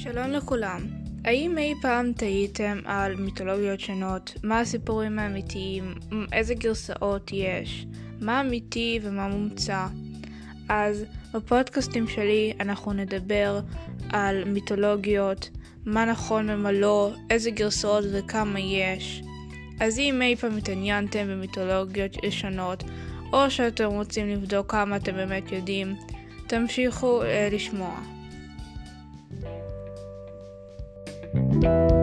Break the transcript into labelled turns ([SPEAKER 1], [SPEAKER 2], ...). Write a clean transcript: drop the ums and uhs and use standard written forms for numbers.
[SPEAKER 1] שלום לכולם. האם אי פעם תהיתם על מיתולוגיות שונות? מה הסיפורים האמיתיים? איזה גרסאות יש? מה אמיתי ומה מומצא? אז בפודקאסטים שלי אנחנו נדבר על מיתולוגיות, מה נכון ומה לא, איזה גרסאות וכמה יש. אז אם אי פעם התעניינתם במיתולוגיות שונות, או שאתם רוצים לבדוק כמה אתם באמת יודעים, תמשיכו לשמוע.